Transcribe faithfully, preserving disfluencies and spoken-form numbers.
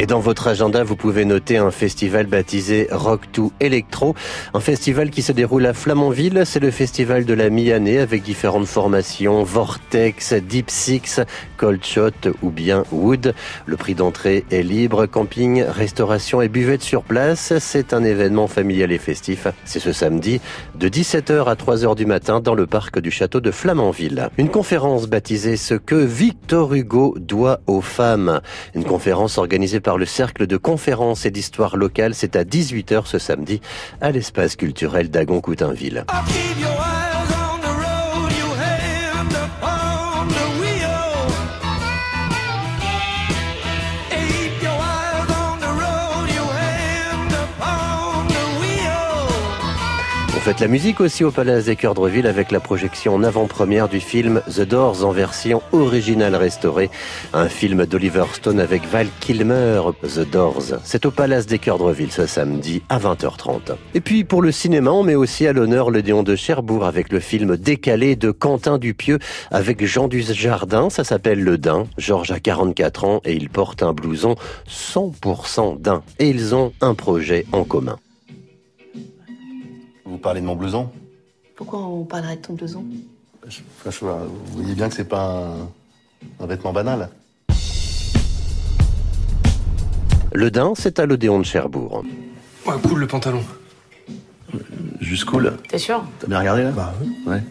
Et dans votre agenda, vous pouvez noter un festival baptisé Rock to Electro, un festival qui se déroule à Flamanville. C'est le festival de la mi-année avec différentes formations, Vortex, Deep Six, Cold Shot ou bien Wood. Le prix d'entrée est libre, camping, restauration et buvette sur place. C'est un événement familial et festif. C'est ce samedi de dix-sept heures à trois heures du matin dans le parc du château de Flamanville. Une conférence baptisée Ce que Victor Hugo doit aux femmes. Une conférence organisée par le Cercle de conférences et d'histoire locale. C'est à dix-huit heures ce samedi à l'espace culturel d'Agon-Coutainville. On fête la musique aussi au Palace des Chœurs de Ville avec la projection en avant-première du film The Doors en version originale restaurée. Un film d'Oliver Stone avec Val Kilmer, The Doors. C'est au Palace des Chœurs de Ville ce samedi à vingt heures trente. Et puis pour le cinéma, on met aussi à l'honneur l'Odéon de Cherbourg avec le film Décalé de Quentin Dupieux avec Jean Dujardin. Ça s'appelle Le Daim. Georges a quarante-quatre ans et il porte un blouson cent pour cent daim. Et ils ont un projet en commun. Vous parlez de mon blouson? Pourquoi on parlerait de ton blouson? je, je, Vous voyez bien que c'est pas un, un vêtement banal. Le Daim, c'est à l'Odéon de Cherbourg. Ouais, cool le pantalon. Juste cool. T'es sûr? T'as bien regardé là? Bah oui. Ouais.